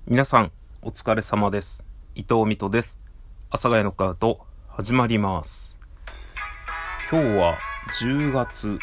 皆さんお疲れ様です。伊藤美斗です。阿佐ヶ谷ノックアウト始まります。今日は10月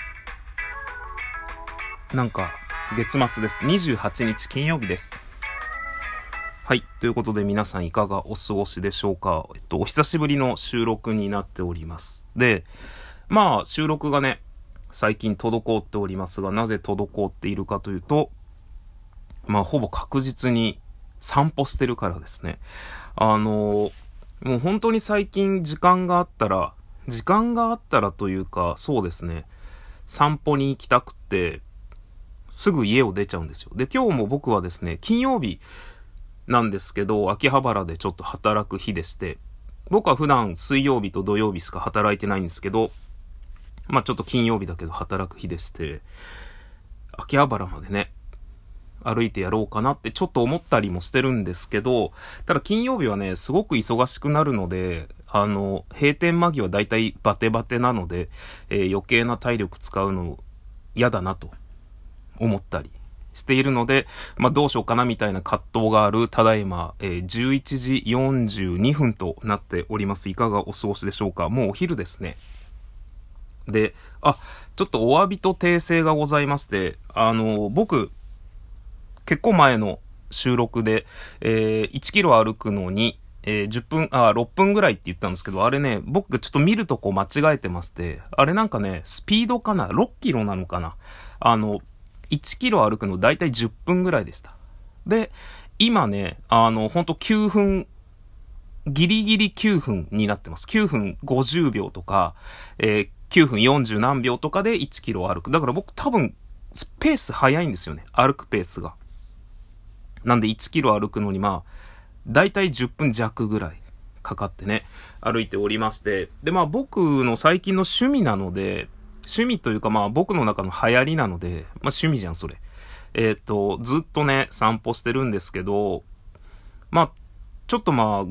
月末です。28日金曜日です。はい、ということで皆さんいかがお過ごしでしょうか。お久しぶりの収録になっております。で、収録がね最近滞っておりますが、なぜ滞っているかというと、ほぼ確実に散歩してるからですね。もう本当に最近時間があったらというか、そうですね、散歩に行きたくってすぐ家を出ちゃうんですよ。で、今日も僕はですね、金曜日なんですけど、秋葉原でちょっと働く日でして、僕は普段水曜日と土曜日しか働いてないんですけど、ちょっと金曜日だけど働く日でして、秋葉原までね歩いてやろうかなってちょっと思ったりもしてるんですけど、ただ金曜日はねすごく忙しくなるので、閉店間際だいたいバテバテなので、余計な体力使うの嫌だなと思ったりしているので、どうしようかなみたいな葛藤があるただいま、11時42分となっております。いかがお過ごしでしょうか。もうお昼ですね。で、ちょっとお詫びと訂正がございまして、僕結構前の収録で、1キロ歩くのに、6分ぐらいって言ったんですけど、あれね、僕ちょっと見るとこ間違えてまして、あれスピードかな ?6 キロなのかな1キロ歩くのだいたい10分ぐらいでした。で、今ね、ほんと9分、ギリギリ9分になってます。9分50秒とか、9分40何秒とかで1キロ歩く。だから僕多分、ペース速いんですよね。歩くペースが。なんで1キロ歩くのにだいたい10分弱ぐらいかかってね、歩いておりまして。で、僕の最近の趣味なので、趣味というか僕の中の流行りなので、趣味じゃん、それ。ずっとね、散歩してるんですけど、ちょっと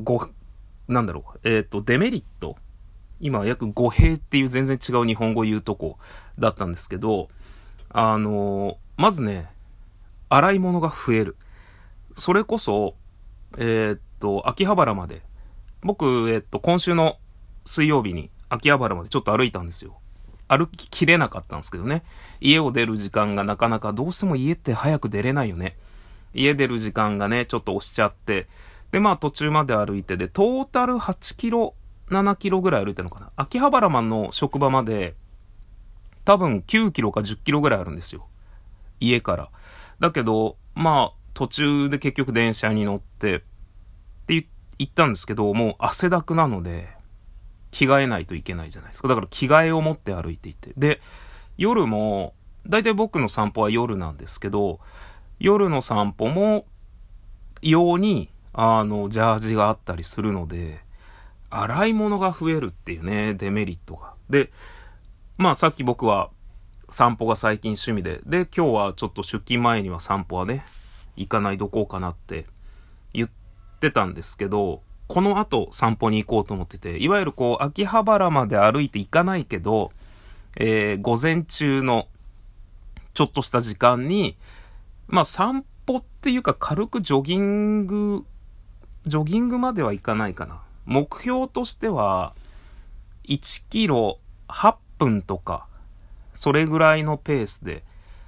デメリット。今約語弊っていう全然違う日本語言うとこだったんですけど、まずね、洗い物が増える。それこそ、秋葉原まで、僕、今週の水曜日に秋葉原までちょっと歩いたんですよ。歩ききれなかったんですけどね。家を出る時間がなかなか、どうしても家って早く出れないよね。家出る時間がね、ちょっと押しちゃって、で、途中まで歩いてで、トータル8キロ、7キロぐらい歩いたのかな。秋葉原の職場まで、多分9キロか10キロぐらいあるんですよ。家から。だけど、途中で結局電車に乗ってって言ったんですけど、もう汗だくなので着替えないといけないじゃないですか。だから着替えを持って歩いていて、で夜もだいたい僕の散歩は夜なんですけど、夜の散歩も用にジャージがあったりするので、洗い物が増えるっていうね、デメリットが。で、さっき僕は散歩が最近趣味で、今日はちょっと出勤前には散歩はね行かないどこうかなって言ってたんですけど、この後散歩に行こうと思ってて、いわゆる秋葉原まで歩いて行かないけど、午前中のちょっとした時間に散歩っていうか軽くジョギングまでは行かないかな。目標としては1キロ8分とかそれぐらいのペースで、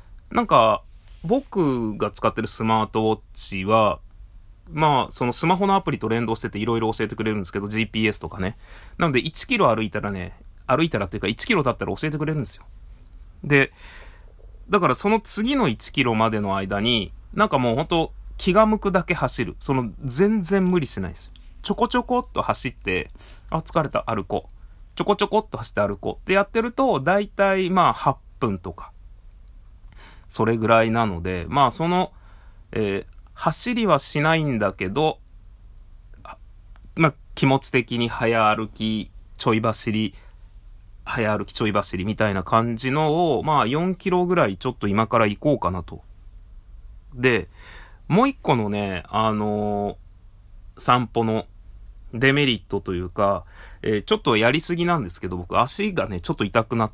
僕が使ってるスマートウォッチは、そのスマホのアプリと連動してていろいろ教えてくれるんですけど、 GPS とかね。なので1キロ歩いたらっていうか1キロだったら教えてくれるんですよ。で、だからその次の1キロまでの間に、もうほんと気が向くだけ走る。全然無理しないですよ。ちょこちょこっと走って、疲れた、歩こう。ちょこちょこっと走って歩こうってやってると、だいたい8分とか。それぐらいなので、走りはしないんだけど、気持ち的に早歩きちょい走りみたいな感じのを、4キロぐらいちょっと今から行こうかなと。で、もう一個のね、散歩のデメリットというか、ちょっとやりすぎなんですけど、僕足がね、ちょっと痛くなって、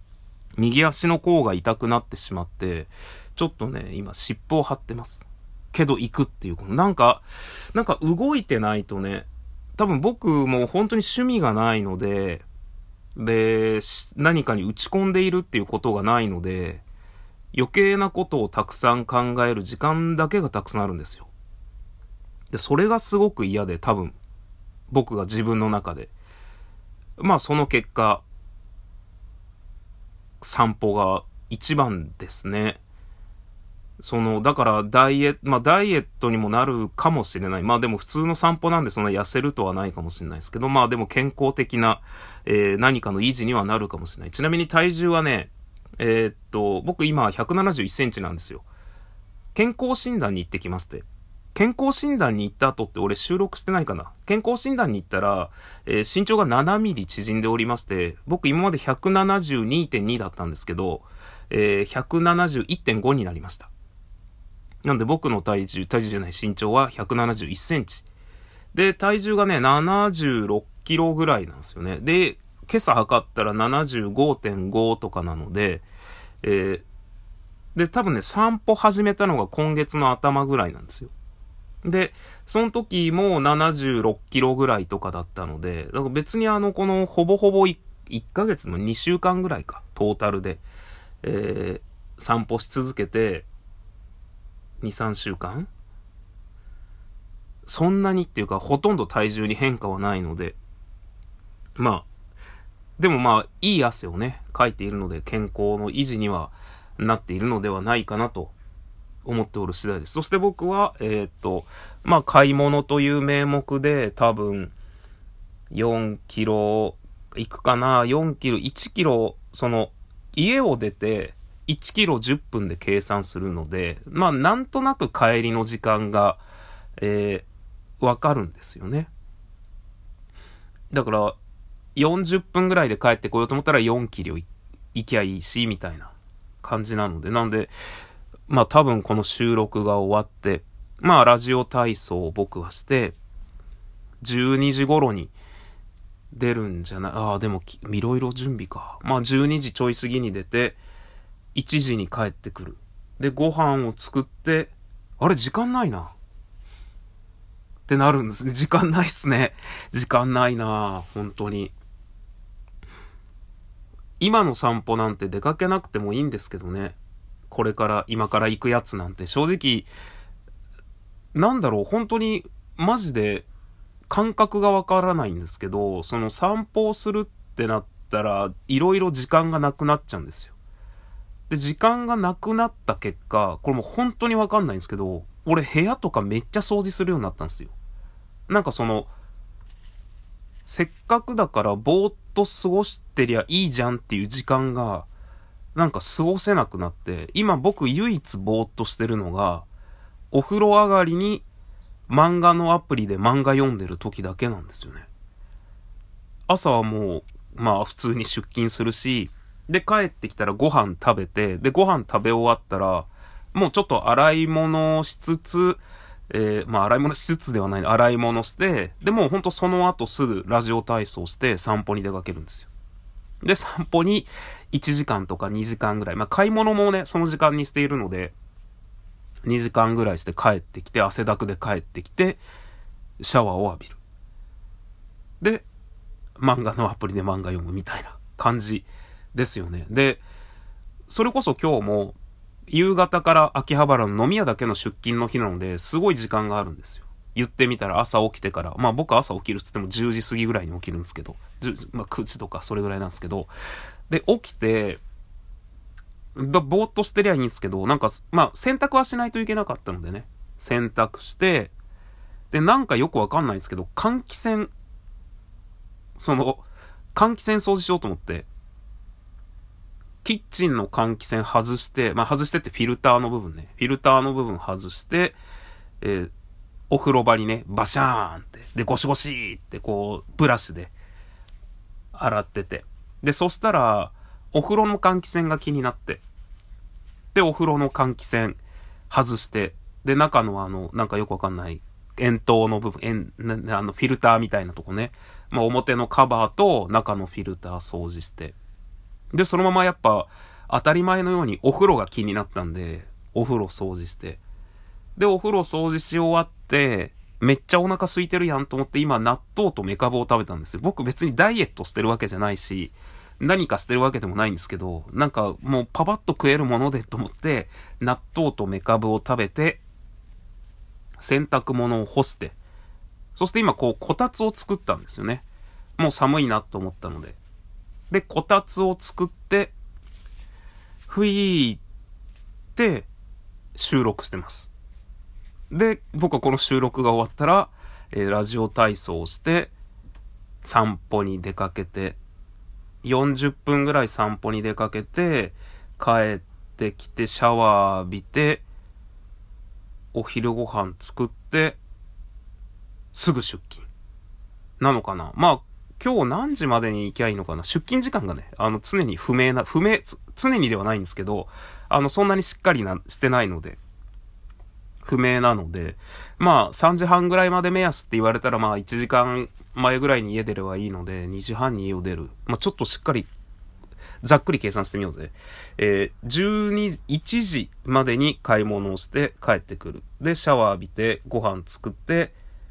右足の甲が痛くなってしまって、ちょっとね、今、湿布を貼ってます。 けど行くっていう、なんか動いてないとね、多分僕も本当に趣味がないので、何かに打ち込んでいるっていうことがないので、余計なことをたくさん考える時間だけがたくさんあるんですよ。で、それがすごく嫌で、多分、僕が自分の中で。まあその結果、散歩が一番ですね。だからダイエットにもなるかもしれない。まあでも普通の散歩なんでそんな痩せるとはないかもしれないですけど、まあでも健康的な、何かの維持にはなるかもしれない。ちなみに体重はね、僕今171センチなんですよ。健康診断に行ってきまして。健康診断に行った後って俺収録してないかな。健康診断に行ったら、身長が7ミリ縮んでおりまして、僕今まで 172.2 だったんですけど、171.5 になりました。なんで僕の体重じゃない身長は171センチ。で、体重がね、76キロぐらいなんですよね。で、今朝測ったら 75.5 とかなので、で、多分ね、散歩始めたのが今月の頭ぐらいなんですよ。で、その時も76キロぐらいとかだったので、だから別にこのほぼほぼ1ヶ月の2週間ぐらいか、トータルで、散歩し続けて、2、3週間そんなにっていうか、ほとんど体重に変化はないので、でもいい汗をね、かいているので、健康の維持にはなっているのではないかなと思っておる次第です。そして僕は、買い物という名目で、多分、4キロ、行くかな、4キロ、1キロ、家を出て、1キロ10分で計算するので、なんとなく帰りの時間が、わかるんですよね。だから、40分ぐらいで帰ってこようと思ったら4キロ行きゃいいし、みたいな感じなので、なんで、多分この収録が終わって、ラジオ体操を僕はして、12時頃に出るんじゃない、でもいろいろ準備か。12時ちょい過ぎに出て、1時に帰ってくる。で、ご飯を作って、あれ時間ないな。ってなるんですね。時間ないっすね。時間ないな、本当に。今の散歩なんて出かけなくてもいいんですけどね。今から行くやつなんて正直、本当にマジで感覚がわからないんですけど、散歩をするってなったら、いろいろ時間がなくなっちゃうんですよ。で、時間がなくなった結果、これもう本当にわかんないんですけど、俺部屋とかめっちゃ掃除するようになったんですよ。せっかくだからぼーっと過ごしてりゃいいじゃんっていう時間が、過ごせなくなって、今僕唯一ぼーっとしてるのが、お風呂上がりに漫画のアプリで漫画読んでる時だけなんですよね。朝はもう、普通に出勤するし、で、帰ってきたらご飯食べて、で、ご飯食べ終わったら、もうちょっと洗い物しつつ、洗い物しつつではない、洗い物して、で、もうほんとその後すぐラジオ体操して散歩に出かけるんですよ。で、散歩に1時間とか2時間ぐらい。買い物もね、その時間にしているので、2時間ぐらいして帰ってきて、汗だくで帰ってきて、シャワーを浴びる。で、漫画のアプリで漫画読むみたいな感じですよね。で、それこそ今日も、夕方から秋葉原の飲み屋だけの出勤の日なので、すごい時間があるんですよ。言ってみたら朝起きてから、僕朝起きるっつっても10時過ぎぐらいに起きるんですけど、9時とかそれぐらいなんですけど、で、起きて、ぼーっとしてりゃいいんですけど、洗濯はしないといけなかったのでね、洗濯して、で、よくわかんないんですけど、換気扇掃除しようと思って、キッチンの換気扇外して、外してってフィルターの部分ね。フィルターの部分外して、お風呂場にね、バシャーンって、で、ゴシゴシってブラシで洗ってて。で、そしたら、お風呂の換気扇が気になって。で、お風呂の換気扇外して、で、中のよくわかんない、円筒の部分、フィルターみたいなとこね。表のカバーと中のフィルター掃除して。で、そのままやっぱ当たり前のようにお風呂が気になったんで、お風呂掃除して。 で、お風呂掃除し終わって、めっちゃお腹空いてるやんと思って今納豆とメカブを食べたんですよ。僕別にダイエットしてるわけじゃないし、何かしてるわけでもないんですけど、なんかもうパパッと食えるものでと思って、納豆とメカブを食べて、洗濯物を干して、そして今こたつを作ったんですよね。もう寒いなと思ったので。で、こたつを作って、吹いて、収録してます。で、僕はこの収録が終わったら、ラジオ体操をして、散歩に出かけて、40分ぐらい散歩に出かけて、帰ってきて、シャワー浴びて、お昼ご飯作って、すぐ出勤。なのかな。まあ、今日何時までに行きゃいいのかな。出勤時間がね、常に常にではないんですけど、そんなにしっかりしてないので、不明なので、まあ、3時半ぐらいまで目安って言われたら、まあ、1時間前ぐらいに家出ればいいので、2時半に家を出る。まあ、ちょっとしっかり、ざっくり計算してみようぜ。1時までに買い物をして帰ってくる。で、シャワー浴びて、ご飯作って、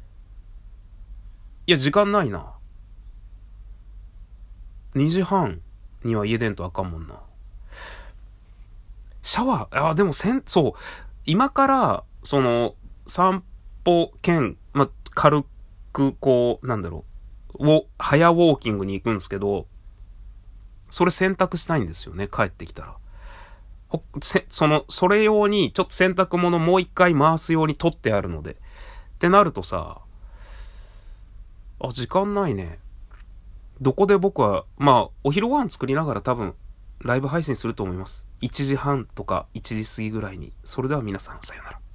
いや、時間ないな。2時半には家出んとあかんもんな。シャワー、でもそう、今から、散歩兼、ま、軽く、早ウォーキングに行くんですけど、それ洗濯したいんですよね、帰ってきたら。それ用に、ちょっと洗濯物もう一回回すように取ってあるので。ってなるとさ、時間ないね。どこで僕は、まあ、お昼ご飯作りながら多分、ライブ配信すると思います。1時半とか1時過ぎぐらいに。それでは皆さん、さよなら。